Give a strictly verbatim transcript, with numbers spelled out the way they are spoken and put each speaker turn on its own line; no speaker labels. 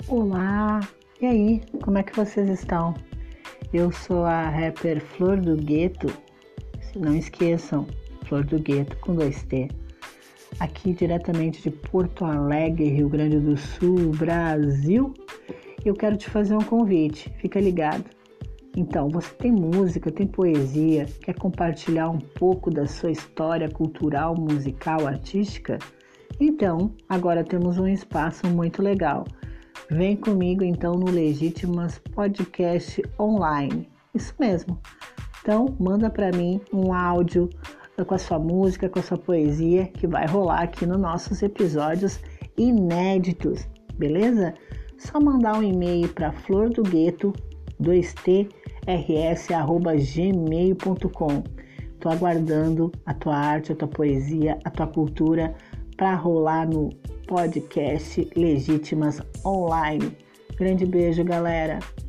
Olá, e aí, como é que vocês estão? Eu sou a rapper Flor do Gueto, não esqueçam, Flor do Gueto com dois T, aqui diretamente de Porto Alegre, Rio Grande do Sul, Brasil. Eu quero te fazer um convite, fica ligado. Então, você tem música, tem poesia, quer compartilhar um pouco da sua história cultural, musical, artística? Então, agora temos um espaço muito legal. Vem comigo então no Legítimas Podcast Online. Isso mesmo. Então, manda para mim um áudio com a sua música, com a sua poesia, que vai rolar aqui nos nossos episódios inéditos, beleza? Só mandar um e-mail para flordogueto, dois T, rs, arroba gmail ponto com. Tô aguardando a tua arte, a tua poesia, a tua cultura para rolar no podcast Legítimas Online. Grande beijo, galera!